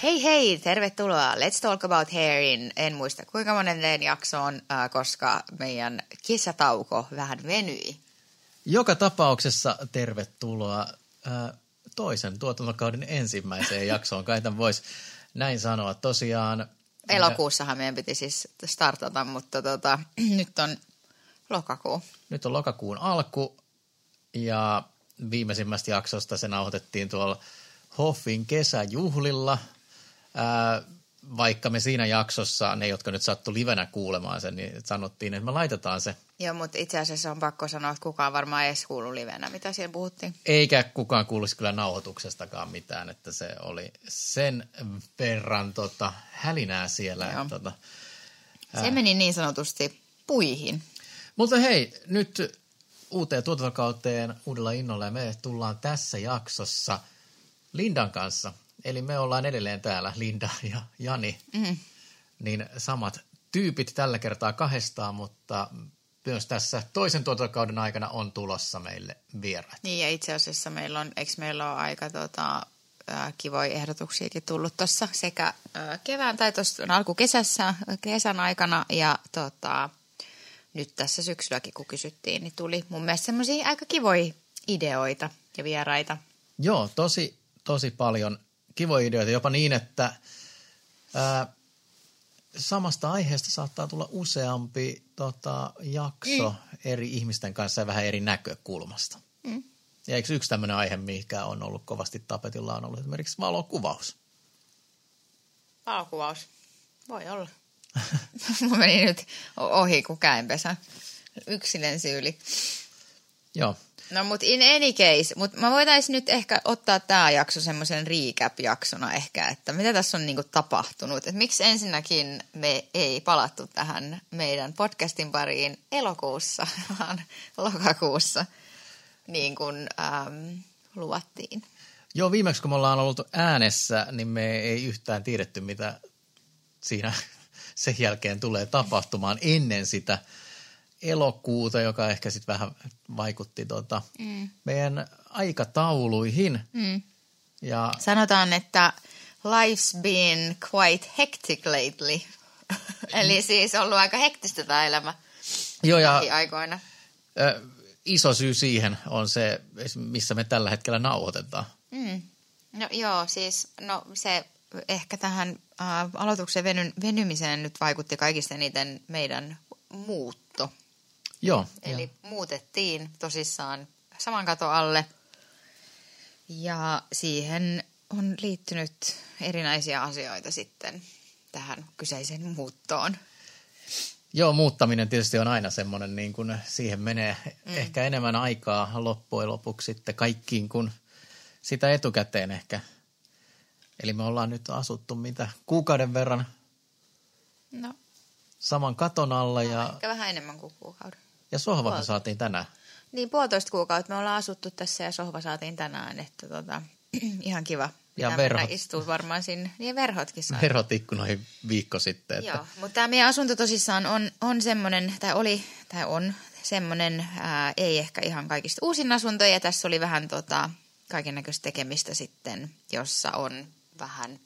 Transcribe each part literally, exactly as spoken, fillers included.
Hei hei, tervetuloa Let's Talk About Hairin. En muista kuinka monen jaksoon, äh, koska meidän kesätauko vähän venyi. Joka tapauksessa tervetuloa äh, toisen tuotantokauden ensimmäiseen jaksoon. Kai tämän voisi näin sanoa. Tosiaan... Elokuussahan meidän piti siis startata, mutta tota, nyt on lokakuu. Nyt on lokakuun alku ja viimeisimmästä jaksosta se nauhoitettiin tuolla Hoffin kesäjuhlilla. Ää, vaikka me siinä jaksossa, ne jotka nyt sattu livenä kuulemaan sen, niin sanottiin, että me laitetaan se. Joo, mutta itse asiassa on pakko sanoa, että kukaan varmaan edes kuullut livenä, mitä siellä puhuttiin. Eikä kukaan kuulisi kyllä nauhoituksestakaan mitään, että se oli sen verran tota, hälinää siellä. Että, tota, ää. Se meni niin sanotusti puihin. Mutta hei, nyt uuteen tuotantokauteen uudella innolla ja me tullaan tässä jaksossa Lindan kanssa. Eli me ollaan edelleen täällä, Linda ja Jani, mm. niin samat tyypit tällä kertaa kahdestaan, mutta myös tässä toisen tuotantokauden aikana on tulossa meille vieraat. Niin ja itse asiassa meillä on, eikö meillä ole aika tota, kivoja ehdotuksiakin tullut tuossa sekä kevään tai tuossa alkukesässä, kesän aikana ja tota, nyt tässä syksylläkin kun kysyttiin, niin tuli mun mielestä semmoisia aika kivoja ideoita ja vieraita. Joo, tosi, tosi paljon kivoja ideoita, jopa niin, että ää, samasta aiheesta saattaa tulla useampi tota, jakso mm. eri ihmisten kanssa ja vähän eri näkökulmasta. Mm. Ja eikö yksi tämmöinen aihe, mikä on ollut kovasti tapetilla, on ollut esimerkiksi valokuvaus? Valokuvaus? Voi olla. Mä menin nyt ohi kuin käenpesä. Yksilön syyli. Joo. No mut in any case, mut mä voitais nyt ehkä ottaa tää jakso semmoisen recap-jaksona ehkä, että mitä tässä on niinku tapahtunut. Et miksi ensinnäkin me ei palattu tähän meidän podcastin pariin elokuussa, vaan lokakuussa, niin kuin ähm, luvattiin. Joo, viimeksi kun me ollaan ollut äänessä, niin me ei yhtään tiedetty, mitä siinä sen jälkeen tulee tapahtumaan ennen sitä elokuuta, joka ehkä sitten vähän vaikutti tuota mm. meidän aikatauluihin. Mm. Ja sanotaan, että life's been quite hectic lately. Eli siis on ollut aika hektistä tämä elämä joo, ja aikoina. Ö, iso syy siihen on se, missä me tällä hetkellä nauhoitetaan. Mm. No joo, siis no se ehkä tähän äh, aloituksen veny, venymiseen nyt vaikutti kaikista eniten meidän muutto. Joo. Eli ja. muutettiin tosissaan saman katon alle ja siihen on liittynyt erinäisiä asioita sitten tähän kyseiseen muuttoon. Joo, muuttaminen tietysti on aina semmoinen, niin kuin siihen menee mm. ehkä enemmän aikaa loppujen lopuksi sitten kaikkiin kuin sitä etukäteen ehkä. Eli me ollaan nyt asuttu mitä kuukauden verran no. saman katon alla. No, ja ehkä vähän enemmän kuin kuukauden. Ja sohvahan saatiin tänään. Niin, puolitoista kuukautta me ollaan asuttu tässä ja sohva saatiin tänään, että tota, ihan kiva. Ja verhot. Istuu varmaan sinne, niin verhotkin saa. Verhot ikkunoihin viikko sitten. Että. Joo, mutta tämä meidän asunto tosissaan on, on semmoinen, tai oli, tai on semmoinen, ää, ei ehkä ihan kaikista uusin asunto, ja tässä oli vähän tota, kaikennäköistä tekemistä sitten, jossa on vähän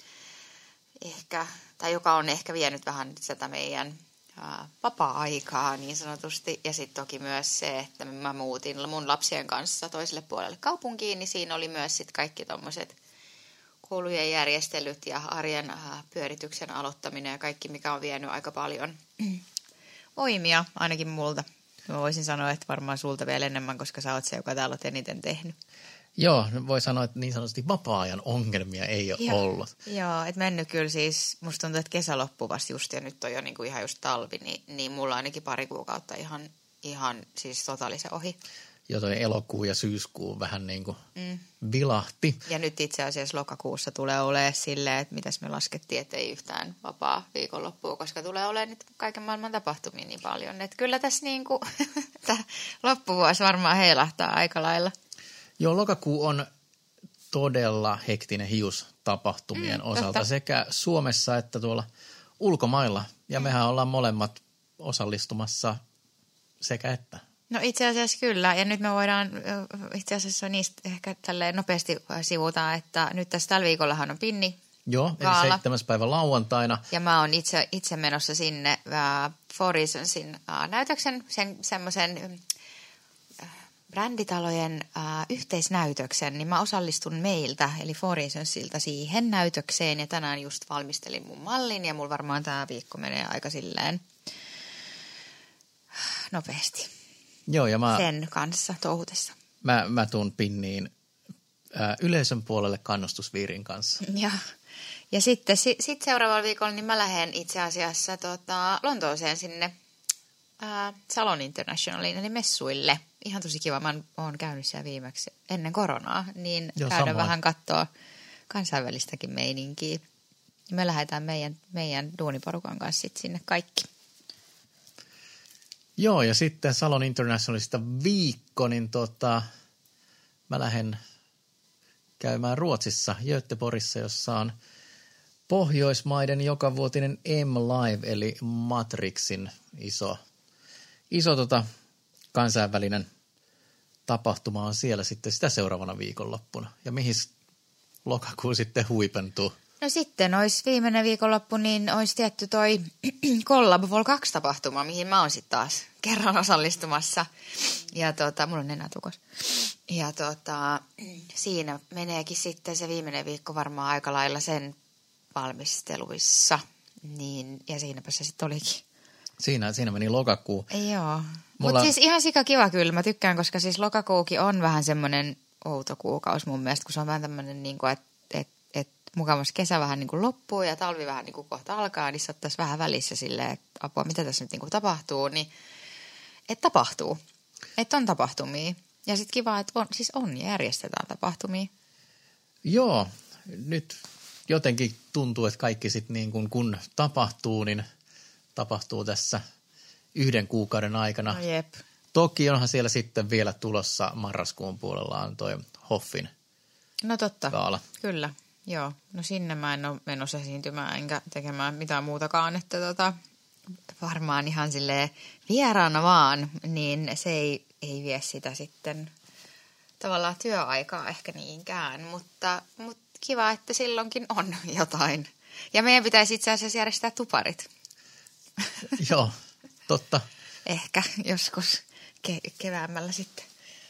ehkä, tai joka on ehkä vienyt vähän sitä meidän vapaa-aikaa niin sanotusti. Ja sitten toki myös se, että mä muutin mun lapsien kanssa toiselle puolelle kaupunkiin, niin siinä oli myös sitten kaikki tommoset koulujen järjestelyt ja arjen pyörityksen aloittaminen ja kaikki, mikä on vienyt aika paljon voimia, ainakin multa. Mä voisin sanoa, että varmaan sulta vielä enemmän, koska sä oot se, joka täällä oot eniten tehnyt. Joo, voi sanoa, että niin sanotusti vapaa-ajan ongelmia ei ole joo, ollut. Joo, että mennyt kyllä siis, musta tuntuu, että kesä loppui vasta just ja nyt on jo niinku ihan just talvi, niin, niin mulla ainakin pari kuukautta ihan, ihan siis totaalisen ohi. Jo toi elokuu ja syyskuu vähän niin kuin mm. vilahti. Ja nyt itse asiassa lokakuussa tulee olemaan silleen, että mitäs me laskettiin, että ei yhtään vapaa viikonloppua, koska tulee olemaan nyt kaiken maailman tapahtumia niin paljon. Että kyllä tässä niin kuin loppuvuosi varmaan heilahtaa aika lailla. Joo, lokakuu on todella hektinen hius tapahtumien mm, osalta totta. Sekä Suomessa että tuolla ulkomailla. Ja mm. mehän ollaan molemmat osallistumassa sekä että. No itse asiassa kyllä, ja nyt me voidaan itse asiassa niistä ehkä tälleen nopeasti sivutaan, että nyt tässä tällä viikollahan on pinni Joo, gaala. eli seitsemäs päivä lauantaina. Ja mä oon itse, itse menossa sinne uh, Four Reasonsin uh, näytöksen, sen semmoisen uh, bränditalojen uh, yhteisnäytöksen, niin mä osallistun meiltä, eli Four Reasonsilta siihen näytökseen. Ja tänään just valmistelin mun mallin ja mulla varmaan tää viikko menee aika silleen nopeasti. Joo, ja mä, sen kanssa touhutessa. Mä, mä tuun pinniin ää, yleisön puolelle kannustusviirin kanssa. Ja, ja sitten sit, sit seuraavalla viikolla niin mä lähden itse asiassa tota, Lontooseen sinne ää, Salon Internationaliin, eli messuille. Ihan tosi kiva. Mä oon käynyt siellä viimeksi ennen koronaa, niin Joo, käydään samoin. Vähän katsoa kansainvälistäkin meininkiä. Me lähdetään meidän, meidän duuniporukan kanssa sit sinne kaikki. Joo, ja sitten Salon Internationalista viikko, niin tota, mä lähden käymään Ruotsissa, Göteborgissa, jossa on Pohjoismaiden jokavuotinen M-Live, eli Matrixin iso, iso tota, kansainvälinen tapahtuma on siellä sitten sitä seuraavana viikonloppuna. Ja mihin lokakuu sitten huipentuu? No sitten olisi viimeinen viikonloppu, niin olisi tietty toi Collab Vol kaksi tapahtuma, mihin mä oon sitten taas kerran osallistumassa. Ja tota, mulla on nenä tukos. Ja tota, siinä meneekin sitten se viimeinen viikko varmaan aika lailla sen valmisteluissa. Niin, ja siinäpä se sitten olikin. Siinä, siinä meni lokakuu. Joo. Mulla... Mutta siis ihan sika kiva kyllä. Mä tykkään, koska siis lokakuukin on vähän semmoinen outo kuukausi mun mielestä, kun se on vähän tämmöinen, niin kuin, että et, et, mukavasti kesä vähän niin kuin loppuu ja talvi vähän niin kuin kohta alkaa, niin se ottaisi vähän välissä silleen, että apua, mitä tässä nyt niin kuin tapahtuu, niin että tapahtuu. Että on tapahtumia. Ja sitten kiva, että on, siis on järjestetään tapahtumia. Joo, nyt jotenkin tuntuu, että kaikki sitten niin kuin kun tapahtuu, niin tapahtuu tässä yhden kuukauden aikana. No jep. Toki onhan siellä sitten vielä tulossa marraskuun puolella on toi Hoffin No totta, gaala. Kyllä. Joo, no sinne mä en ole menossa esiintymään enkä tekemään mitään muutakaan, että tota, varmaan ihan silleen vieraana vaan, niin se ei, ei vie sitä sitten tavallaan työaikaa ehkä niinkään, mutta, mutta kiva, että silloinkin on jotain. Ja meidän pitäisi itse asiassa järjestää tuparit. Joo, totta. Ehkä joskus ke- keväämällä sitten.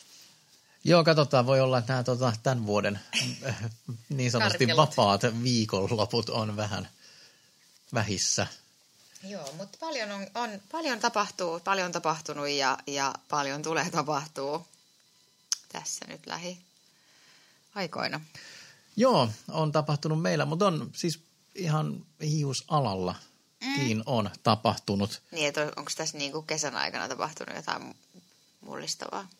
Joo, katsotaan. Voi olla, että nämä tota, tämän vuoden niin sanotusti Karkelut. vapaat viikonloput on vähän vähissä. Joo, mutta paljon, on, on, paljon tapahtuu, paljon tapahtunut ja, ja paljon tulee tapahtuu tässä nyt lähiaikoina. Joo, on tapahtunut meillä, mutta on siis ihan hiusalalla-kin mm. on tapahtunut. Niin, että onko tässä niin kuin kesän aikana tapahtunut jotain mullistavaa?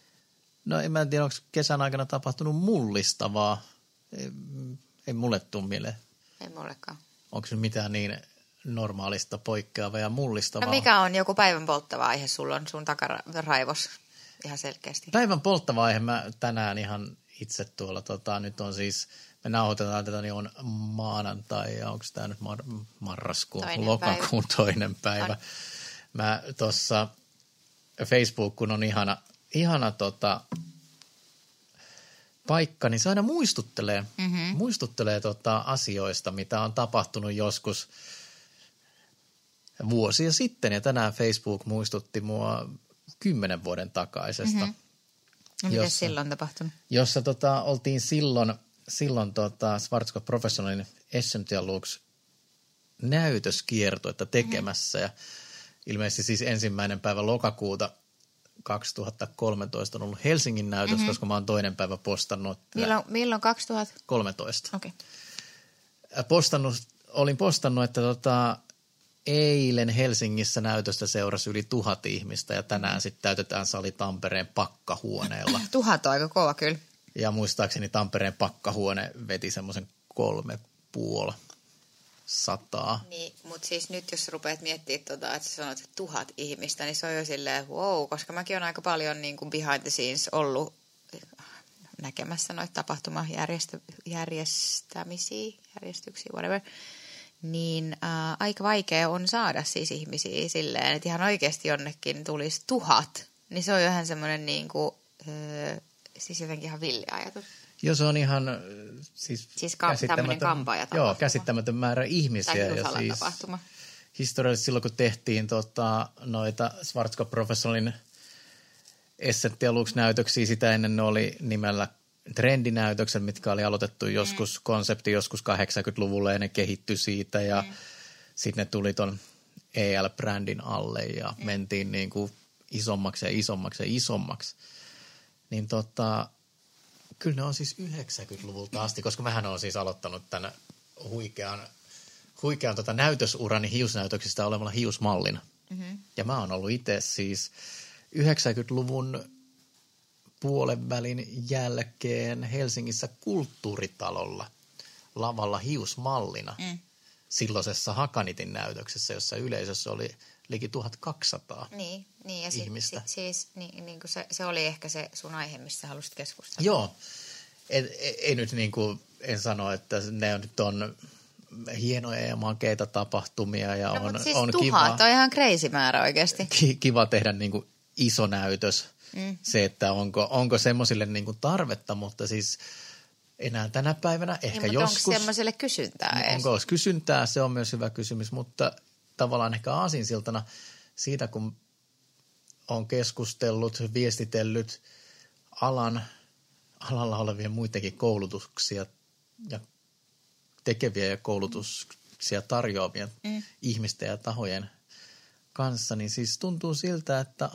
No en mä tiedä, onko kesän aikana tapahtunut mullistavaa. Ei, ei mulle tule mieleen. Ei mullekaan. Onko se mitään niin normaalista poikkeavaa ja mullistavaa? No mikä on joku päivän polttava aihe sulla on sun takaraivos ihan selkeästi? Päivän polttava aihe mä tänään ihan itse tuolla, tota, nyt on siis, me nauhoitetaan tätä, niin on maanantai ja onko tämä nyt mar- marraskuun, toinen lokakuun päivä. toinen päivä. On. Mä tuossa Facebook, kun on ihana, ihana tota, paikka, niin se aina muistuttelee, mm-hmm. muistuttelee tota asioista, mitä on tapahtunut joskus vuosia sitten. Ja tänään Facebook muistutti mua kymmenen vuoden takaisesta. Mm-hmm. No mitä silloin tapahtunut? Jossa tota, oltiin silloin, silloin tota Schwarzkopf Professionalin Essential Looks näytöskiertuetta tekemässä. Mm-hmm. Ja ilmeisesti siis ensimmäinen päivä lokakuuta kaksituhattakolmetoista on ollut Helsingin näytös, mm-hmm. koska mä oon toinen päivä postannut. Milloin, milloin kaksituhattakolmetoista? Okei. Okay. Postannut, olin postannut, että tota, eilen Helsingissä näytöstä seurasi yli tuhat ihmistä ja tänään sitten täytetään sali Tampereen pakkahuoneella. Tuhat on aika kova kyllä. Ja muistaakseni Tampereen pakkahuone veti semmoisen kolme puoli sataa. Niin, mutta siis nyt jos rupeat miettimään, tota, että sä sanot, että tuhat ihmistä, niin se on jo silleen wow, koska mäkin on aika paljon niin kuin behind the scenes ollut näkemässä noita tapahtumajärjestämisiä, järjestyksiä, whatever. Niin ää, aika vaikea on saada siis ihmisiä silleen, että ihan oikeasti jonnekin tulisi tuhat. Niin se on jo ihan semmoinen niin kuin, öö, siis jotenkin ihan villi ajatus. Joo, se on ihan siis, siis ka- tämmöinen kampaajatapahtuma. Joo, käsittämätön määrä ihmisiä. Tai ja siis tapahtuma. Historiallisesti silloin, kun tehtiin tota, noita Schwarzkopf-professorin Essential-näytöksiä, sitä ennen ne oli nimellä trendinäytökset, mitkä oli aloitettu joskus, mm. konsepti joskus kahdeksankymmentäluvulla ja ne kehittyi siitä ja mm. sitten ne tuli ton E L-brändin alle ja mm. mentiin niin kuin isommaksi ja isommaksi ja isommaksi. Niin tota, kyllä ne on siis yhdeksänkymmentäluvulta asti, koska mähän olen siis aloittanut tämän huikean, huikean tota näytösurani hiusnäytöksistä olemalla hiusmallina. Mm-hmm. Ja mä oon ollut itse siis yhdeksänkymmentäluvun puolen välin jälkeen Helsingissä Kulttuuritalolla lavalla hiusmallina mm. silloisessa Hakanitin näytöksessä, jossa yleisössä oli liki tuhatkaksisataa niin, niin, ja ihmistä. Si, siis niin, niin kuin se, se oli ehkä se sun aihe, missä halusit keskustella. Joo. Et, ei, ei nyt niin kuin, en sano, että ne nyt on hienoja ja makeita tapahtumia ja no, on, siis on tuhat kiva. on ihan crazy määrä oikeasti. Kiva tehdä niin kuin iso näytös. Mm. Se, että onko, onko semmoisille niin kuin tarvetta, mutta siis enää tänä päivänä ehkä niin, joskus. Onko semmoiselle kysyntää edes? Onko kysyntää, se on myös hyvä kysymys, mutta tavallaan ehkä aasinsiltana siitä, kun on keskustellut, viestitellyt alan, alalla olevien muidenkin koulutuksia ja tekeviä ja koulutuksia tarjoavien mm. ihmisten ja tahojen kanssa, niin siis tuntuu siltä, että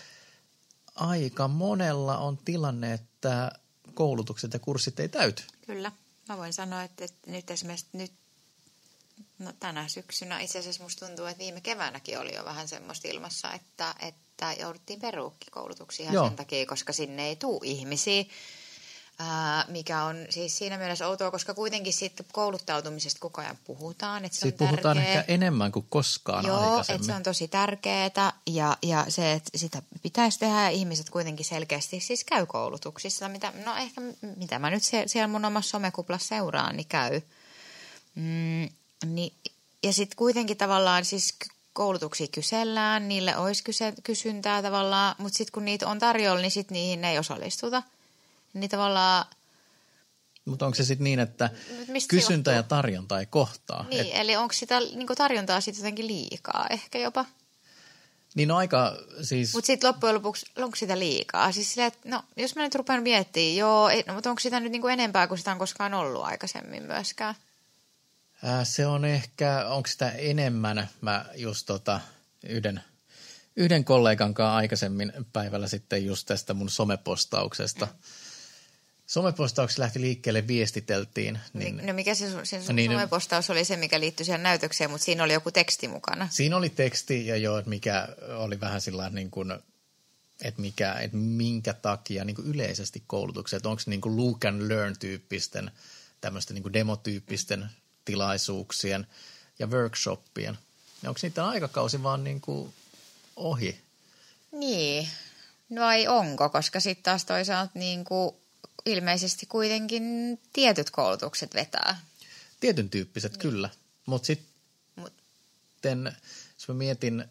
aika monella on tilanne, että koulutukset ja kurssit ei täyty. Kyllä. Mä voin sanoa, että, että nyt esimerkiksi nyt, no tänä syksynä itse asiassa musta tuntuu, että viime keväänäkin oli jo vähän semmoista ilmassa, että, että jouduttiin peruukkikoulutuksia sen takia, koska sinne ei tule ihmisiä. Ää, mikä on siis siinä mielessä outoa, koska kuitenkin siitä kouluttautumisesta koko ajan puhutaan. Että se siitä on puhutaan tärkeä. ehkä enemmän kuin koskaan Joo, aikaisemmin. että se on tosi tärkeää ja, ja se, että sitä pitäisi tehdä ja ihmiset kuitenkin selkeästi siis käy koulutuksissa. Mitä, no ehkä mitä mä nyt siellä mun omassa somekuplassa seuraan, niin käy. Mm, niin, ja sitten kuitenkin tavallaan siis koulutuksia kysellään, niille olisi kysyntää tavallaan, mutta sitten kun niitä on tarjolla, niin sitten niihin ei osallistuta. Niin tavallaan. Mutta onko se sitten niin, että kysyntä ja tarjonta ei kohtaa? Niin, Et, eli onko sitä niinku tarjontaa sitten jotenkin liikaa ehkä jopa? Niin on aika siis. Mutta sitten loppujen lopuksi, onko sitä liikaa? Siis sillä, että no, jos mä nyt rupean miettimään, joo, ei, no, mutta onko sitä nyt niinku enempää kuin sitä on koskaan ollut aikaisemmin myöskään? Ää, se on ehkä, onko sitä enemmän, mä just tota yhden, yhden kollegan kanssa aikaisemmin päivällä sitten just tästä mun somepostauksesta. Mm. Somepostauksessa lähti liikkeelle, viestiteltiin. Niin, no mikä se, se niin, somepostaus oli se, mikä liittyi siihen näytökseen, mutta siinä oli joku teksti mukana. Siinä oli teksti ja joo, mikä oli vähän sillä niin kuin, että, mikä, että minkä takia niin kuin yleisesti koulutuksia, että onko se niin kuin look and learn tyyppisten, tämmöisten niin kuin demotyyppisten tilaisuuksien ja workshoppien. Ja onko niiden aikakausi vaan niin kuin ohi? Niin, no ei onko, koska sitten taas toisaalta niin kuin ilmeisesti kuitenkin tietyt koulutukset vetää. Tietyn tyyppiset, niin. Kyllä. Mutta sitten, Mut. jos mä mietin,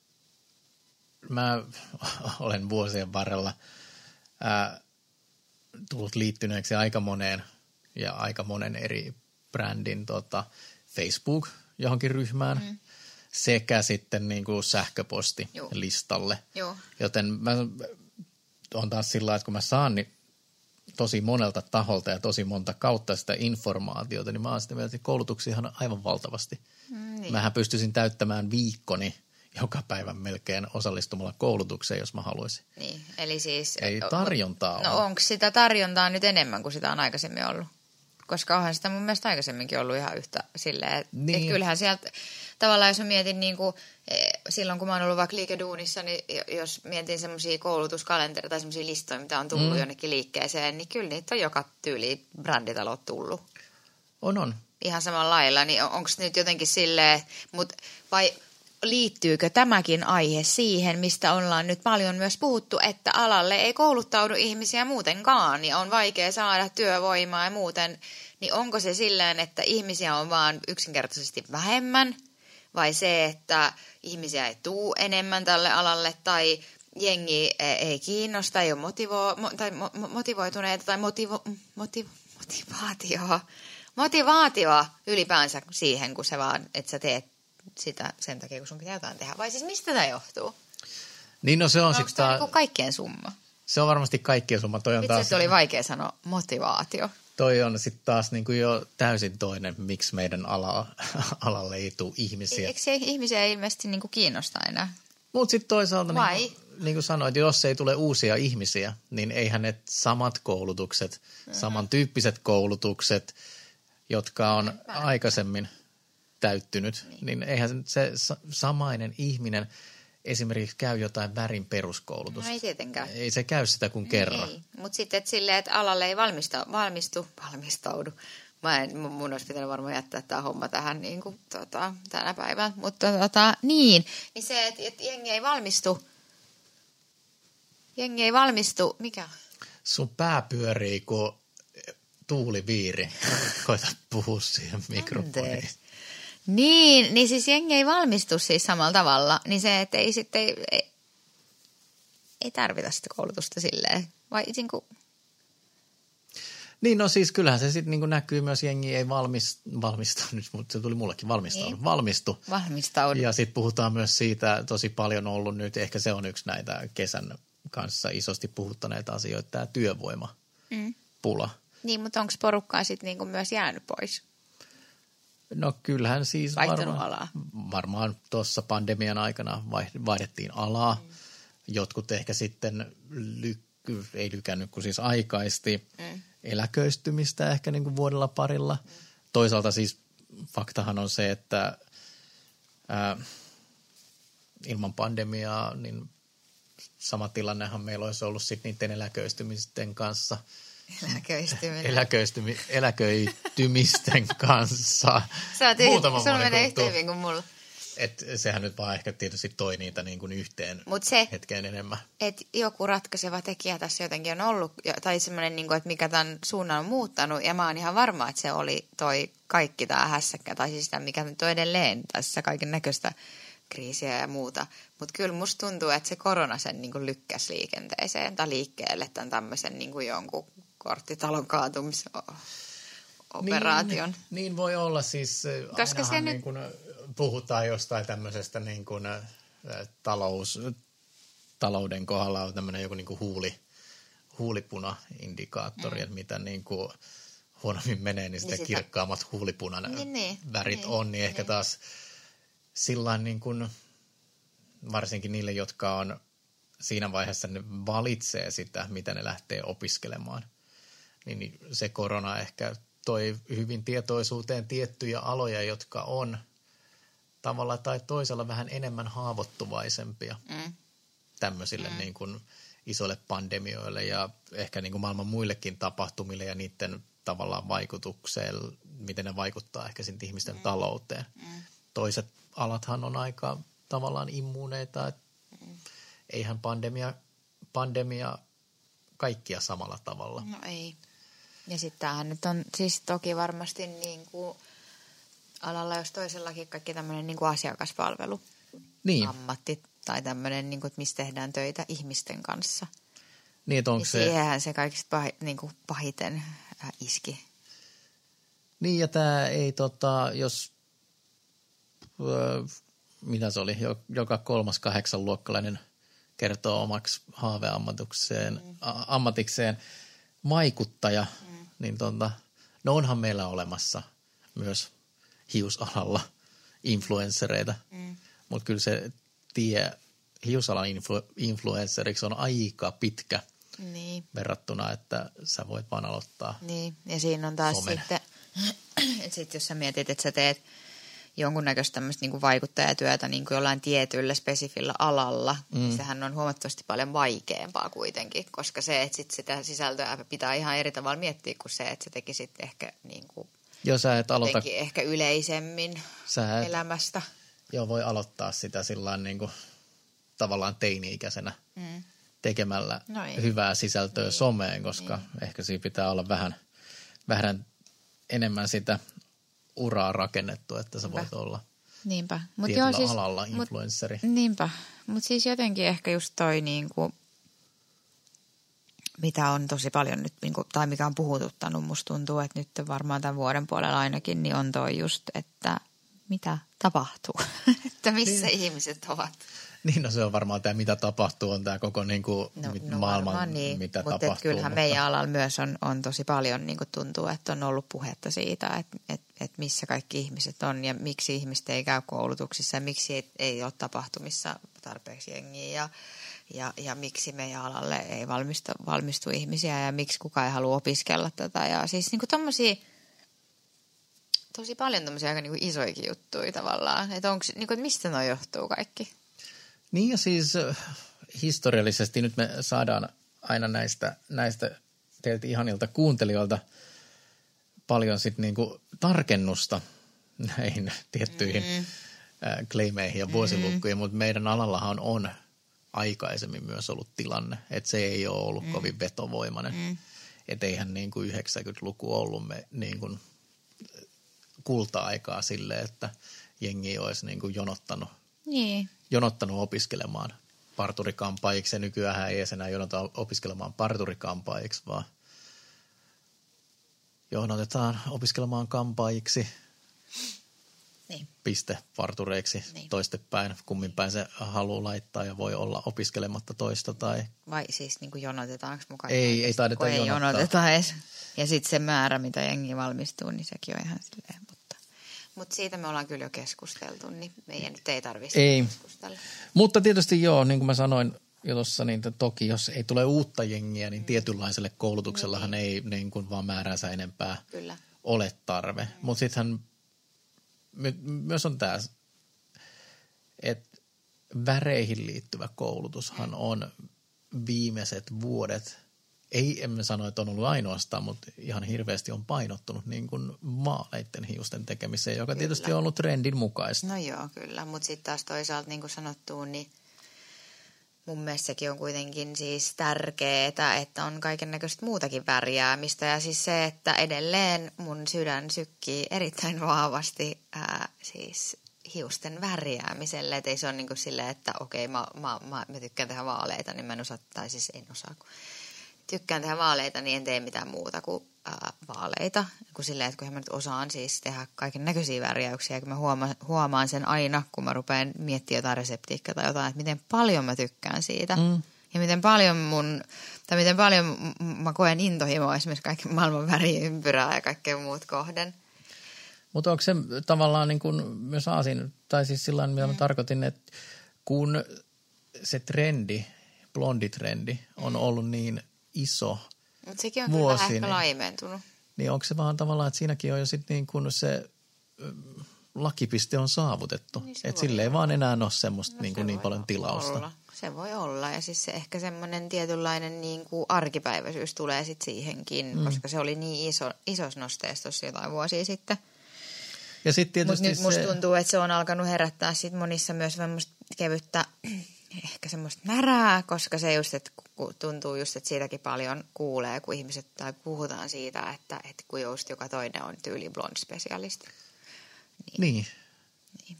mä olen vuosien varrella ää, tullut liittyneeksi aika moneen ja aika monen eri brändin tota, Facebook johonkin ryhmään mm. sekä sitten niin kuin sähköpostilistalle. Joo. Joten mä on taas sillä lailla, että kun mä saan niin tosi monelta taholta ja tosi monta kautta sitä informaatiota, niin mä oon sitä mieltä, että koulutuksia on aivan valtavasti. Mm, niin. Mähän pystyisin täyttämään viikkoni joka päivä melkein osallistumalla koulutukseen, jos mä haluaisin. Niin, eli siis. Ei tarjontaa No ole. onko sitä tarjontaa nyt enemmän kuin sitä on aikaisemmin ollut? Koska onhan sitä mun mielestä aikaisemminkin ollut ihan yhtä silleen, että niin. et kyllähän sieltä tavallaan jos mä mietin niin kuin, silloin kun mä oon ollut vaikka liikeduunissa, niin jos mietin semmoisia koulutuskalentereita tai semmoisia listoja, mitä on tullut mm. jonnekin liikkeeseen, niin kyllä niitä on joka tyyli bränditalot tullut. On, on. Ihan samalla lailla, niin onko nyt jotenkin silleen, mutta vai liittyykö tämäkin aihe siihen, mistä ollaan nyt paljon myös puhuttu, että alalle ei kouluttaudu ihmisiä muutenkaan ja on vaikea saada työvoimaa ja muuten, niin onko se silleen, että ihmisiä on vaan yksinkertaisesti vähemmän vai se, että ihmisiä ei tule enemmän tälle alalle tai jengi ei kiinnosta, ei ole motivo, tai motivoituneita tai motivo, motiv, motivaatioa. Motivaatioa ylipäänsä siihen, kun sä vaan, että sä teet sitä sen takia, kun sun pitää jotain tehdä. Vai siis mistä tämä johtuu? Niin no se on no, sitten taas... Niin kaikkien summa? Se on varmasti kaikkien summa. Toi on Vitsi, taas... oli vaikea sanoa motivaatio. Toi on sitten taas niinku jo täysin toinen, miksi meidän ala, alalle ei tule ihmisiä. Eikö se ihmisiä ilmeisesti niinku kiinnosta enää? Mutta sitten toisaalta, niin kuin, niin kuin sanoit, jos ei tule uusia ihmisiä, niin eihän ne samat koulutukset, mm-hmm. samantyyppiset koulutukset, jotka on Mä aikaisemmin täyttynyt, niin. niin eihän se samainen ihminen esimerkiksi käy jotain värin peruskoulutusta. No ei tietenkään. Ei se käy sitä kuin kerran. Ei, mutta sitten et silleen, että alalle ei valmista, valmistu, valmistaudu. Mä en, mun olisi pitänyt varmaan jättää tämä homma tähän niin kuin, tota, tänä päivänä. Mutta tota, niin, niin se, että et jengi ei valmistu. Jengi ei valmistu. Mikä? Sun pää pyörii kuin tuuliviiri. Koita puhua siihen mikrofoniin. Niin, niin siis jengi ei valmistu siis samalla tavalla. Niin se, että ei sitten, ei, ei, ei tarvita sitä koulutusta silleen. Vai niin kuin... Niin, no siis kyllähän se sitten niinku näkyy myös, jengi ei valmis, valmistaudu, mutta se tuli mullekin valmistaudu, niin. valmistu. Valmistaudu. Ja sitten puhutaan myös siitä, tosi paljon ollut nyt, ehkä se on yksi näitä kesän kanssa isosti puhuttaneita asioita, tämä työvoima, mm. pula. Niin, mutta onko porukkaa sitten niinku myös jäänyt pois? No kyllähän siis vaihtanut varmaan, alaa. varmaan tuossa pandemian aikana vaihdettiin alaa. Mm. Jotkut ehkä sitten lykky, ei lykännyt, kun siis aikaisti mm. eläköistymistä ehkä niin kuin vuodella parilla. Mm. Toisaalta siis faktahan on se, että ää, ilman pandemiaa niin sama tilannehan meillä olisi ollut sitten niiden eläköistymisten kanssa. Eläköistyminen. Eläköistymi, eläköitymisten kanssa. Sä oot Muutama se menee yhtä hyvin kuin mulla. Et sehän nyt vaan ehkä tietysti toi niitä niin kuin yhteen Mut se, hetkeen enemmän. Että joku ratkaiseva tekijä tässä jotenkin on ollut, tai semmoinen, niin kuin, että mikä tämän suunnan on muuttanut, ja mä oon ihan varma, että se oli toi kaikki tämä hässäkkä, tai siis sitä, mikä nyt on edelleen tässä kaiken näköistä kriisiä ja muuta. Mutta kyllä musta tuntuu, että se korona sen niin kuin lykkäsi liikenteeseen tai liikkeelle tämän tämmöisen niin kuin jonkun korttitalon kaatumisoperaation. Niin, niin voi olla siis, koska se niin nyt... kuin puhutaan jostain tämmöisestä niin kuin talous, talouden kohdalla on tämmöinen joku niin kuin huuli, huulipuna-indikaattori, mm. että mitä niin kuin huonommin menee, niin sitä, niin sitä... kirkkaammat huulipunan niin, niin, värit niin, on, niin ehkä niin. taas sillain niin kuin, varsinkin niille, jotka on siinä vaiheessa ne valitsee sitä, mitä ne lähtee opiskelemaan, niin se korona ehkä toi hyvin tietoisuuteen tiettyjä aloja, jotka on tavalla tai toisella vähän enemmän haavoittuvaisempia mm. tämmöisille mm. niin kuin isoille pandemioille ja ehkä niin kuin maailman muillekin tapahtumille ja niiden tavallaan vaikutukseen, miten ne vaikuttaa ehkä sitten ihmisten mm. talouteen. Mm. Toiset alathan on aika tavallaan immuuneita, että mm. eihän pandemia, pandemia kaikkia samalla tavalla. No ei. Ja sitten tämähän nyt on siis toki varmasti niin kuin alalla jos toisellakin kaikki tämmöinen niin kuin asiakaspalvelu, niin. ammatti tai tämmöinen, niin kuin, että missä tehdään töitä ihmisten kanssa. Niin, että onko ja se... siihenhän se kaikista pahi, niin kuin pahiten äh, iski. Niin, ja tämä ei tota, jos, öö, mitä se oli, joka kolmas kahdeksan luokkalainen kertoo omaksi haaveammatikseen, mm. a- ammatikseen vaikuttaja, mm. niin tota, no onhan meillä olemassa myös hiusalalla influenssereita, mm. mutta kyllä se tie hiusalan influ- influenceriksi on aika pitkä niin. verrattuna, että sä voit vaan aloittaa. Niin, ja siinä on taas somen. Sitten, että sit jos sä mietit, että sä teet jonkunnäköistä tämmöistä niin vaikuttajatyötä niin kuin jollain tietyllä spesifillä alalla, mm. niin sehän on huomattavasti paljon vaikeampaa kuitenkin, koska se, että sit sitä sisältöä pitää ihan eri tavalla miettiä kuin se, että sä tekisit ehkä niin kuin joo, sä et aloita, ehkä yleisemmin sä et, elämästä. Joo, voi aloittaa sitä sillain niin kuin tavallaan teini-ikäisenä mm. tekemällä no hyvää sisältöä niin. someen, koska niin. ehkä siinä pitää olla vähän, vähän enemmän sitä uraa rakennettu, että sä voit olla niinpä. Mut tietyllä joo, siis, alalla influenssari. Mut, niinpä, mutta siis jotenkin ehkä just toi niinku, mitä on tosi paljon nyt, niinku, tai mikä on puhututtanut, musta tuntuu, että nyt varmaan tämän vuoden puolella ainakin, niin on toi just, että mitä tapahtuu, että missä niin. ihmiset ovat. Niin, no se on varmaan tämä, mitä tapahtuu, on tämä koko niin kuin, no, no maailman, niin. mitä Mut tapahtuu. Et kyllähän mutta meidän alalla myös on, on tosi paljon niin kuin tuntuu, että on ollut puhetta siitä, että, että, että missä kaikki ihmiset on ja miksi ihmiset ei käy koulutuksissa ja miksi ei, ei ole tapahtumissa tarpeeksi jengiä ja, ja, ja miksi meidän alalle ei valmistu, valmistu ihmisiä ja miksi kukaan ei halua opiskella tätä. Ja siis niin kuin tommosia, tosi paljon tommosia aika niin kuin isoikin juttuja tavallaan, että, onko, niin kuin, että mistä noi johtuu kaikki? Niin ja siis historiallisesti nyt me saadaan aina näistä, näistä teiltä ihanilta kuuntelijoilta paljon sitten niinku tarkennusta näihin tiettyihin mm. claimeihin ja vuosilukkuihin, mm. mutta meidän alallahan on aikaisemmin myös ollut tilanne, että se ei ole ollut mm. kovin vetovoimainen. Mm. Että eihän niinku yhdeksänkymmentäluku ollut me niinku kulta-aikaa silleen, että jengi olisi niinku jonottanut. Niin. jonottanut opiskelemaan parturikampaajiksi ja nykyään ei enää jonota opiskelemaan parturikampaajiksi, vaan jonotetaan opiskelemaan kampaajiksi, niin. piste partureiksi niin. toistepäin, kummin päin se haluaa laittaa ja voi olla opiskelematta toista tai... Vai siis niin kuin jonotetaanko mukaan? Ei, ei taideta ei jonottaa. jonoteta edes. Ja sitten se määrä, mitä jengi valmistuu, niin sekin on ihan silleen, mutta... Mutta siitä me ollaan kyllä jo keskusteltu, niin meidän nyt ei tarvitse keskustella. Mutta tietysti joo, niin kuin mä sanoin jo tuossa, niin toki jos ei tule uutta jengiä, niin mm. tietynlaiselle koulutuksellahan mm. ei niin kuin vaan määräänsä enempää kyllä. ole tarve. Mm. Mutta sittenhän my, myös on tämä, että väreihin liittyvä koulutushan mm. on viimeiset vuodet, ei emme sano, että on ollut ainoastaan, mutta ihan hirveästi on painottunut niin kuin vaaleiden hiusten tekemiseen, joka kyllä. tietysti on ollut trendin mukaista. No joo, kyllä, mutta sitten taas toisaalta niin kuin sanottuu, niin mun mielestä sekin on kuitenkin siis tärkeää, että on kaiken näköistä muutakin värjäämistä. Ja siis se, että edelleen mun sydän sykkii erittäin vahvasti ää, siis hiusten värjäämiselle. Että ei se ole niin kuin silleen, että okei, mä, mä, mä, mä tykkään tehdä vaaleita, niin mä en osaa, tai siis en osaa, kun tykkään tehdä vaaleita, niin en tee mitään muuta kuin ää, vaaleita. Kun silleen, että kun mä nyt osaan siis tehdä kaiken näköisiä värjäyksiä, kun mä huoma, huomaan sen aina, kun mä rupean miettimään jotain reseptiikkaa tai jotain, että miten paljon mä tykkään siitä. Mm. Ja miten paljon mun, tai miten paljon mä koen intohimoa esimerkiksi kaiken maailman väriympyrää ja kaikkea muut kohden. Mutta onko se tavallaan niin kuin myös aasin, tai siis sillä mitä mm. mä tarkoitin, että kun se trendi, blonditrendi on mm. ollut niin iso mutta sekin on vuosi, kyllä vähän ehkä niin, laimentunut. Niin onko se vaan tavallaan, että siinäkin on jo sitten niin kuin se lakipiste on saavutettu. Niin että sille ei vaan enää ole semmoista no niin, kuin niin paljon tilausta. Olla. Se voi olla ja siis se ehkä semmoinen tietynlainen niin kuin arkipäiväisyys tulee sitten siihenkin, mm. koska se oli niin iso, isos nosteessa tuossa jotain vuosia sitten. Ja sitten tietysti Mutta nyt musta se... tuntuu, että se on alkanut herättää sitten monissa myös semmoista kevyttä, ehkä semmoista närää, koska se just, että tuntuu just, että siitäkin paljon kuulee, kun ihmiset tai puhutaan siitä, että, että kun just joka toinen on tyyli blond-spesialisti. Niin. niin. niin.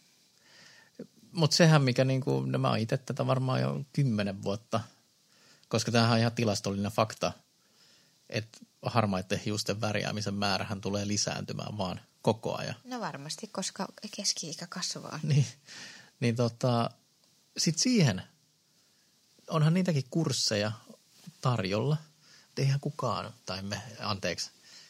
Mutta sehän, mikä niinku, no mä oon itse tätä varmaan jo kymmenen vuotta, koska tämähän on ihan tilastollinen fakta, että harmaiden hiusten värjäämisen määrähän tulee lisääntymään vaan koko ajan. No varmasti, koska keski-ikä kasvaa. Niin, niin tota, sit siihen onhan niitäkin kursseja tarjolla, mutta eihän kukaan, tai me, anteeksi,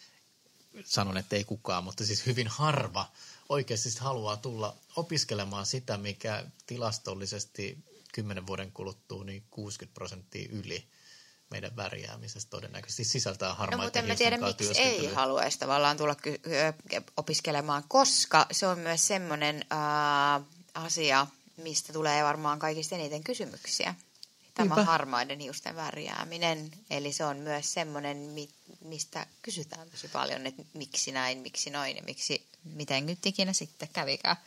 sanon, että ei kukaan, mutta siis hyvin harva oikeasti haluaa tulla opiskelemaan sitä, mikä tilastollisesti kymmenen vuoden kuluttua niin kuusikymmentä prosenttia yli meidän värjäämisestä todennäköisesti sisältää harmaiden no, hiusten kanssa työskentelyä. Mutta en tiedä, miksi ei haluaisi tavallaan tulla ky- opiskelemaan, koska se on myös semmoinen äh, asia, mistä tulee varmaan kaikista eniten kysymyksiä. Tämä Niinpä. harmaiden hiusten värjääminen. Eli se on myös semmoinen, mistä kysytään tosi paljon, että miksi näin, miksi noin ja miksi, miten nyt ikinä sitten kävikään.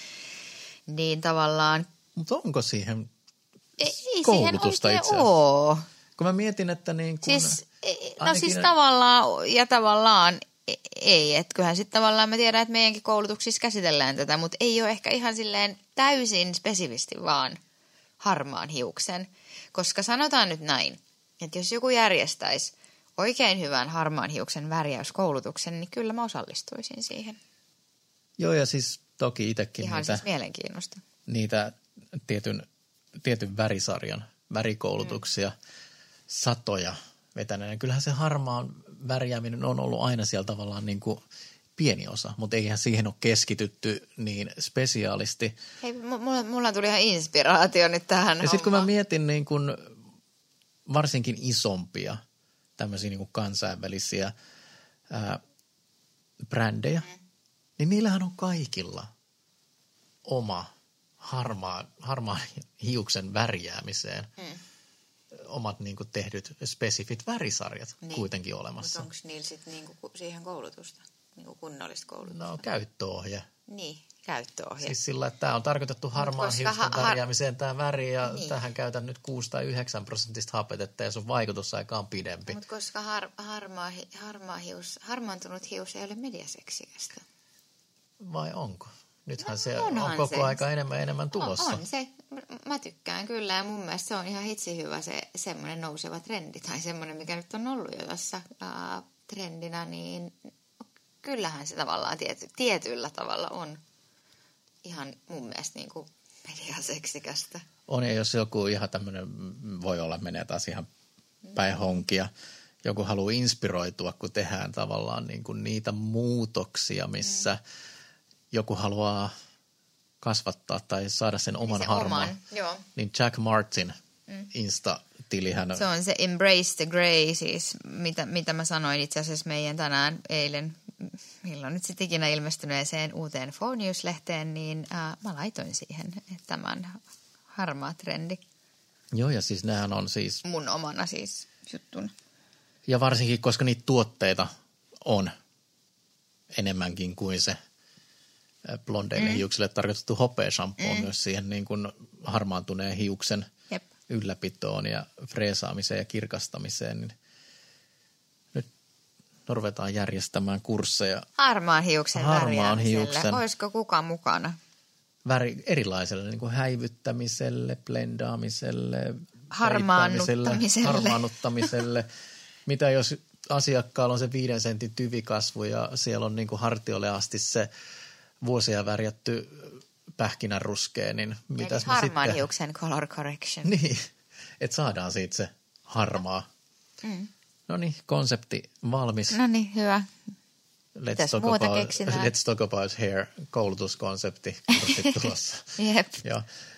Niin tavallaan... Mutta onko siihen ei, koulutusta siihen itse asiassa? Oo. Kun mä mietin, että niin kun... Siis, no ainakin... siis tavallaan ja tavallaan ei. Että kyllähän sitten tavallaan mä tiedän, että meidänkin koulutuksissa käsitellään tätä, mutta ei ole ehkä ihan silleen täysin spesifisti vaan harmaan hiuksen. Koska sanotaan nyt näin, että jos joku järjestäisi oikein hyvän harmaan hiuksen värjäyskoulutuksen, niin kyllä mä osallistuisin siihen. Joo, ja siis toki itsekin Ihan niitä, siis mielenkiinnosta. niitä tietyn, tietyn värisarjan värikoulutuksia, mm. satoja vetäneen. Kyllähän se harmaan värjääminen on ollut aina siellä tavallaan niin kuin pieni osa, mutta eihän siihen ole keskitytty niin spesiaalisti. Hei, mulla, mulla tuli ihan inspiraatio nyt tähän Ja sitten kun mä mietin niin kuin varsinkin isompia tämmöisiä niin kuin kansainvälisiä ää, brändejä, mm. niin niillähän on kaikilla oma harmaa, harmaan hiuksen värjäämiseen mm. omat niin kuin tehdyt spesifit värisarjat niin. kuitenkin olemassa. Mutta onko niillä sitten niin kuin siihen koulutusta, niin kuin kunnollista koulutusta? No käyttöohje. Niin, käyttöohje. Siis sillä, että tämä on tarkoitettu harmaan hiuksen ha- värjäämiseen tämä väri ja niin. tähän käytän nyt kuusi tai yhdeksän prosenttista hapetetta ja sun vaikutusaika on pidempi. Mutta koska har- harmaa, harmaa hius, harmaantunut hius ei ole mediaseksikästä. Vai onko? Nythän no, se on koko se. aika enemmän enemmän tulossa. On, on se. Mä tykkään kyllä ja mun mielestä se on ihan hitsi hyvä se semmoinen nouseva trendi tai semmoinen, mikä nyt on ollut jo tässä ää, trendinä, niin kyllähän se tavallaan tiety, tietyllä tavalla on ihan mun mielestä niin kuin mediaseksikästä. On ja jos joku ihan tämmöinen voi olla menee taas ihan päin honkia. Joku haluaa inspiroitua, kun tehdään tavallaan niin kuin niitä muutoksia, missä mm. joku haluaa kasvattaa tai saada sen oman se harmaan. Oman, joo. Niin Jack Martin mm. Insta-tilihän. Se on se Embrace the Grey, siis mitä, mitä mä sanoin itse asiassa meidän tänään eilen, milloin nyt sitten ikinä ilmestyneeseen uuteen Four News-lehteen, niin äh, mä laitoin siihen tämän harmaa trendi. Joo, ja siis nämähän on siis mun omana siis juttuna. Ja varsinkin, koska niitä tuotteita on enemmänkin kuin se blondeille mm. hiuksille tarkoitettu hopea-shampoo mm. myös siihen niin kuin harmaantuneen hiuksen Jep. ylläpitoon ja freesaamiseen ja kirkastamiseen. Niin nyt ruvetaan järjestämään kursseja. Harmaan hiuksen Harmaan hiuksen. Olisiko kuka mukana? Väri, erilaiselle niin kuin häivyttämiselle, blendaamiselle, harmaannuttamiselle. harmaannuttamiselle. Mitä jos asiakkaalla on se viiden sentin tyvikasvu ja siellä on niin kuin hartiolle asti se vuosia värjätty pähkinänruskea, niin mitäs me sitten... harmaan hiuksen color correction. Niin, että saadaan siitä se harmaa. Mm. No niin, konsepti valmis. No niin, hyvä. Let's Mitäs talk, muuta about, keksitään? let's talk about hair, koulutuskonsepti tulossa. Jep. Joo.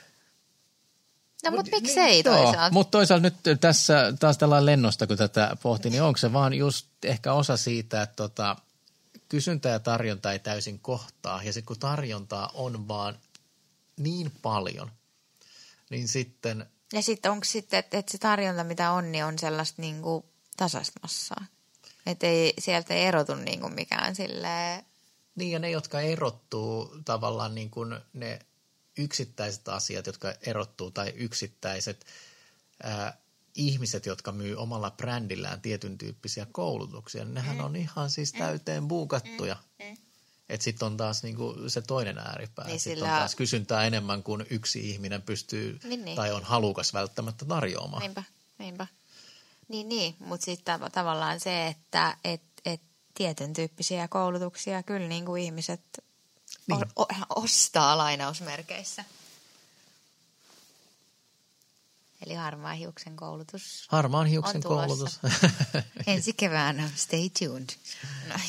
No mutta miksei toisaalta? Mutta toisaalta nyt tässä taas tällainen lennosta, kun tätä pohti, niin onko se vaan just ehkä osa siitä, että tota, kysyntä ja tarjonta ei täysin kohtaa. Ja sitten kun tarjontaa on vaan niin paljon, niin sitten... Ja sitten onko sitten, että et se tarjonta mitä on, niin on sellaista niinku tasaista massaa? Että ei, sieltä ei erotu niinku mikään silleen... Niin ja ne, jotka erottuu tavallaan niin kuin ne... yksittäiset asiat, jotka erottuu, tai yksittäiset ää, ihmiset, jotka myy omalla brändillään tietyn tyyppisiä koulutuksia, niin nehän on ihan siis täyteen buukattuja. Että sitten on taas niinku se toinen ääripää. Niin sitten sillä... on taas kysyntää enemmän kuin yksi ihminen pystyy niin, niin. tai on halukas välttämättä tarjoamaan. Niinpä, niinpä. Niin, niin. Mutta sitten tav- tavallaan se, että et, et tietyn tyyppisiä koulutuksia kyllä niinku ihmiset... Niin. O- o- ostaa lainausmerkeissä. Eli harmaan hiuksen koulutus Harmaan hiuksen koulutus. Ensi keväänä. Stay tuned. Noin.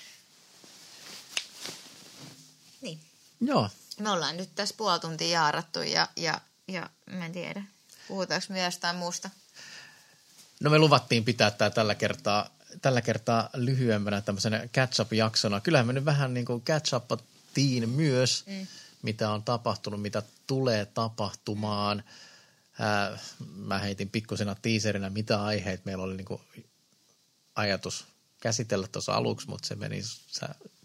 Niin. Joo. Me ollaan nyt tässä puoli tuntia jaarattu ja, ja, ja mä en tiedä. Puhutaanko me jostain muusta? No me luvattiin pitää tämä tällä kertaa, tällä kertaa lyhyemmänä tämmöisenä catch-up-jaksona. Kyllähän me nyt vähän niin kuin catch-up tiin myös, mm. mitä on tapahtunut, mitä tulee tapahtumaan. Ää, mä heitin pikkusena tiiserinä, mitä aiheita meillä oli niin kuin ajatus käsitellä tuossa aluksi, mutta se meni, sä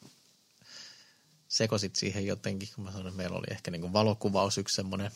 sekosit siihen jotenkin, kun mä sanoin, että meillä oli ehkä niin kuin valokuvaus yksi semmoinen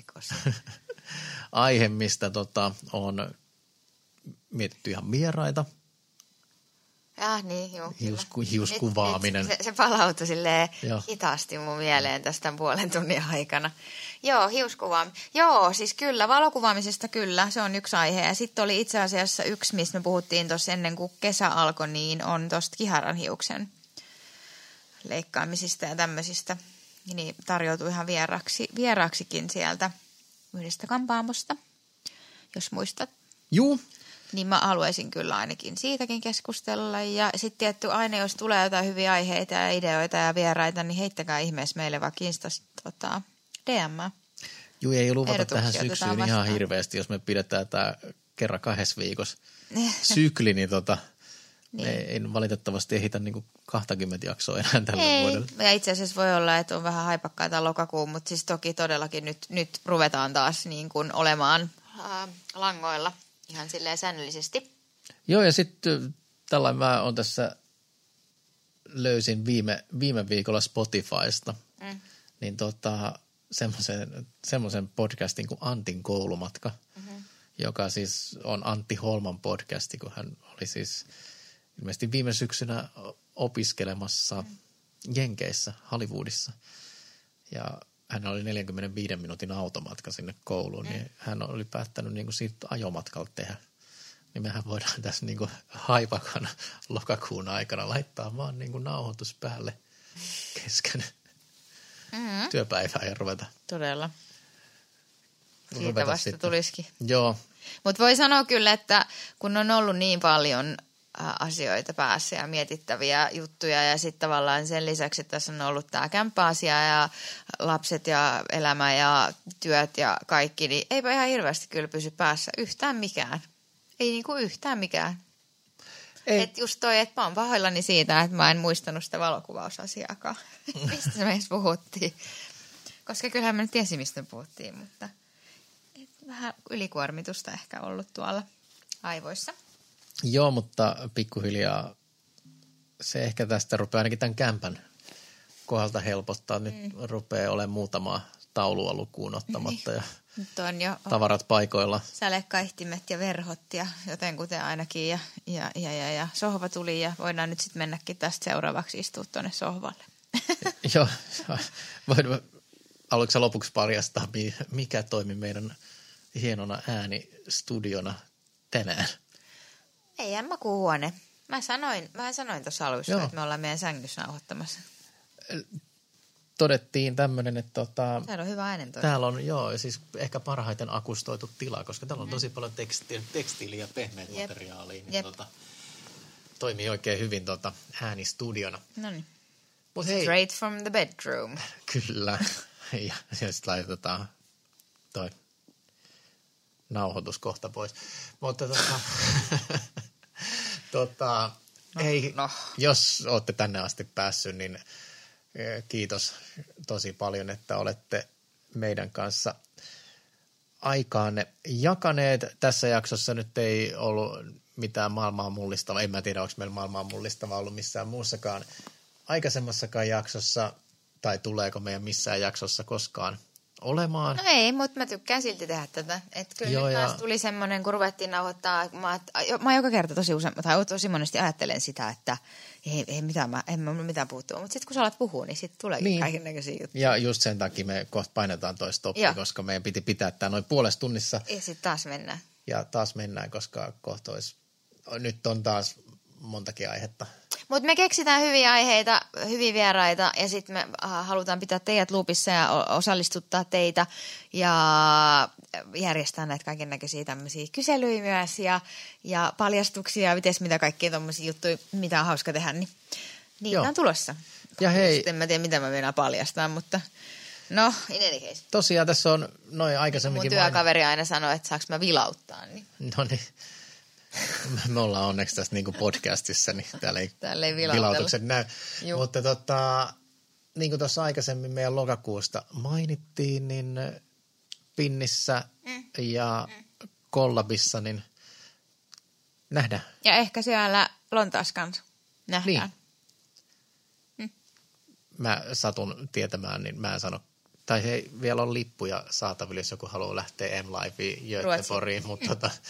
aihe, mistä tota, on mietitty ihan vieraita. Ah, niin, joo. Hiusku, hiuskuvaaminen. Nyt, nyt se, se palautui silleen Joo. hitaasti mun mieleen tästä puolen tunnin aikana. Joo, hiuskuvaaminen. Joo, siis kyllä, valokuvaamisesta kyllä, se on yksi aihe. Ja sitten oli itse asiassa yksi, mistä me puhuttiin tuossa ennen kuin kesä alkoi, niin on tuosta kiharan hiuksen leikkaamisista ja tämmöisistä. Niin tarjoutui ihan vieraaksi, vieraaksikin sieltä yhdestä kampaamosta, jos muistat. Juu. Niin mä haluaisin kyllä ainakin siitäkin keskustella. Ja sitten tietty aina, jos tulee jotain hyviä aiheita ja ideoita ja vieraita, niin heittäkää ihmeessä meille vaikka Instasta tota, D M. Juu, ei luvata tähän syksyyn ihan hirveästi, jos me pidetään tämä kerran kahdessa viikossa sykli, niin tota, niin. Me ei valitettavasti ehitä niinku kaksikymmentä jaksoa enää tällä ei. vuodella. Ja itse asiassa voi olla, että on vähän haipakkaa tämä lokakuu, mutta siis toki todellakin nyt, nyt ruvetaan taas niin kuin olemaan äh, langoilla ihan silleen säännöllisesti. Joo, ja sitten tällainen mä on tässä löysin viime, viime viikolla Spotifysta, mm. niin tota, semmoisen, semmoisen podcastin kuin Antin koulumatka, mm-hmm. joka siis on Antti Holman podcasti, kun hän oli siis ilmeisesti viime syksynä opiskelemassa mm. Jenkeissä, Hollywoodissa. Ja hän oli neljänkymmenenviiden minuutin automatka sinne kouluun, mm. niin hän oli päättänyt niin kuin siitä ajomatkalta tehdä. Niin mehän voidaan tässä niin kuin haipakana lokakuun aikana laittaa vaan niin kuin nauhoitus päälle kesken mm-hmm. työpäivää ja ruveta. Todella. Siitä vasta sitten tulisikin. Joo. Mutta voi sanoa kyllä, että kun on ollut niin paljon asioita päässä ja mietittäviä juttuja ja sitten tavallaan sen lisäksi, että tässä on ollut tämä kämppäasia ja lapset ja elämä ja työt ja kaikki, niin eipä ihan hirveästi kyllä pysy päässä yhtään mikään. Ei niinku yhtään mikään. Että just toi, että mä oon pahoillani siitä, että mä en muistanut sitä valokuvausasiaakaan. Mistä me edes puhuttiin. Koska kyllähän mä nyt tiesin, mistä me puhuttiin, mutta vähän ylikuormitusta ehkä ollut tuolla aivoissa. Joo, mutta pikkuhiljaa se ehkä tästä rupeaa ainakin tämän kämpän kohdalta helpottaa. Nyt mm. rupeaa olemaan muutamaa taulua lukuun ottamatta ja nyt on jo tavarat paikoilla. Sälekaihtimet ja verhot ja jotenkuten ainakin ja, ja, ja, ja, ja sohva tuli ja voidaan nyt sitten mennäkin tästä seuraavaksi istua tuonne sohvalle. Joo, voin, haluatko sä lopuksi paljastaa, mikä toimi meidän hienona äänistudiona tänään? Ei makuuhuone. Mä sanoin, mä sanoin tuossa alussa, Joo. että me ollaan meidän sängyssä nauhoittamassa. Todettiin tämmöinen, että tota, täällä on hyvä äänentoimi. Täällä on, joo, siis ehkä parhaiten akustoitu tila, koska täällä on tosi paljon teksti- tekstiiliä ja pehmeät Jep. materiaalia, niin tota, toimii oikein hyvin tota, äänistudiona. No niin. Hei, straight from the bedroom. Kyllä. Ja, ja sitten laitetaan toi nauhoitus kohta pois. Mutta tota, tota no, hei, no. Jos olette tänne asti päässyt, niin kiitos tosi paljon, että olette meidän kanssa aikaanne jakaneet. Tässä jaksossa nyt ei ollut mitään maailmaa mullistavaa. En mä tiedä, onko meillä maailmaa mullistavaa ollut missään muussakaan aikaisemmassakaan jaksossa, tai tuleeko meidän missään jaksossa koskaan olemaan. No ei, mutta mä tykkään silti tehdä tätä. Että kyllä Joo, nyt taas ja tuli semmoinen, kun ruvettiin nauhoittaa, mä, mä joka kerta tosi usein, tai tosi monesti ajattelen sitä, että ei, ei mitään, mä, en mä mitään puuttua. Mutta sitten kun sä alat puhua, niin sitten tuleekin niin kaikennäköisiä juttuja. Ja just sen takia me kohta painetaan toi stoppi, Joo. koska meidän piti pitää tämä noin puolessa tunnissa. Ja sitten taas mennään. Ja taas mennään, koska kohta olisi, nyt on taas montakin aihetta. Mutta me keksitään hyviä aiheita, hyviä vieraita ja sitten me halutaan pitää teidät loopissa ja osallistuttaa teitä ja järjestää näitä kaikennäköisiä tämmöisiä kyselyjä myös ja, ja paljastuksia ja mites mitä kaikkia tommosia juttuja, mitä on hauska tehdä, niin niitä on tulossa. Ja hei. Sitten en mä tiedä, mitä mä meinaan paljastaa, mutta no, in any case. Tosiaan tässä on noin aikaisemminkin. Mun työkaveri aina sanoo, että saaks mä vilauttaa. Niin. No niin. Me ollaan onneksi tässä niin kuin podcastissa, niin täällä ei, täällä ei vilautukset näy. Juh. Mutta tota, niin kuin tuossa aikaisemmin meidän lokakuusta mainittiin, niin Pinnissä mm. ja mm. Kollabissa, niin nähdään. Ja ehkä siellä Lontaassa kanssa nähdään. Niin. Mm. Mä satun tietämään, niin mä en sano, tai hei, vielä on lippuja saatavilla, jos joku haluaa lähteä M-Liveen Göteborgiin, mutta tota,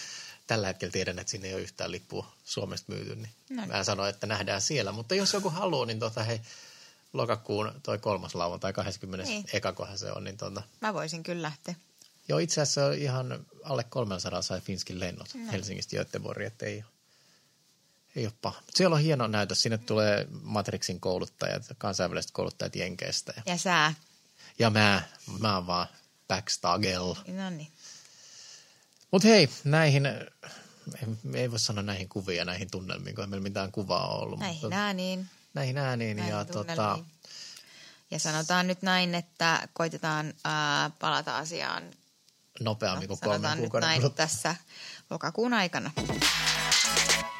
tällä hetkellä tiedän, että sinne ei ole yhtään lippua Suomesta myyty, niin no. mä sanoin, että nähdään siellä. Mutta jos joku haluaa, niin tota, hei, lokakuun toi kolmas lauantai kahdeskymmenes Niin. ekakohan se on. Niin tota, mä voisin kyllä lähteä. Joo, itse asiassa ihan alle kolmesataa sai Finskin lennot no. Helsingistä Göteborgiin, että ei ole, ei ole paha. Mutta siellä on hieno näytös. Sinne tulee Matrixin kouluttajat, kansainväliset kouluttajat Jenkeistä. Ja, ja sä? Ja mä. Mä oon vaan backstagel. No niin. Mutta hei, näihin, ei, ei voi sanoa näihin kuvia, näihin tunnelmiin, kun ei meillä mitään kuvaa ollut. Näihin mutta, ääniin. Näihin ääniin. Näihin ja, tota, ja sanotaan nyt näin, että koitetaan ää, palata asiaan nopeammin no, kuin kolmen kuukauden. Sanotaan nyt näin tässä lokakuun aikana.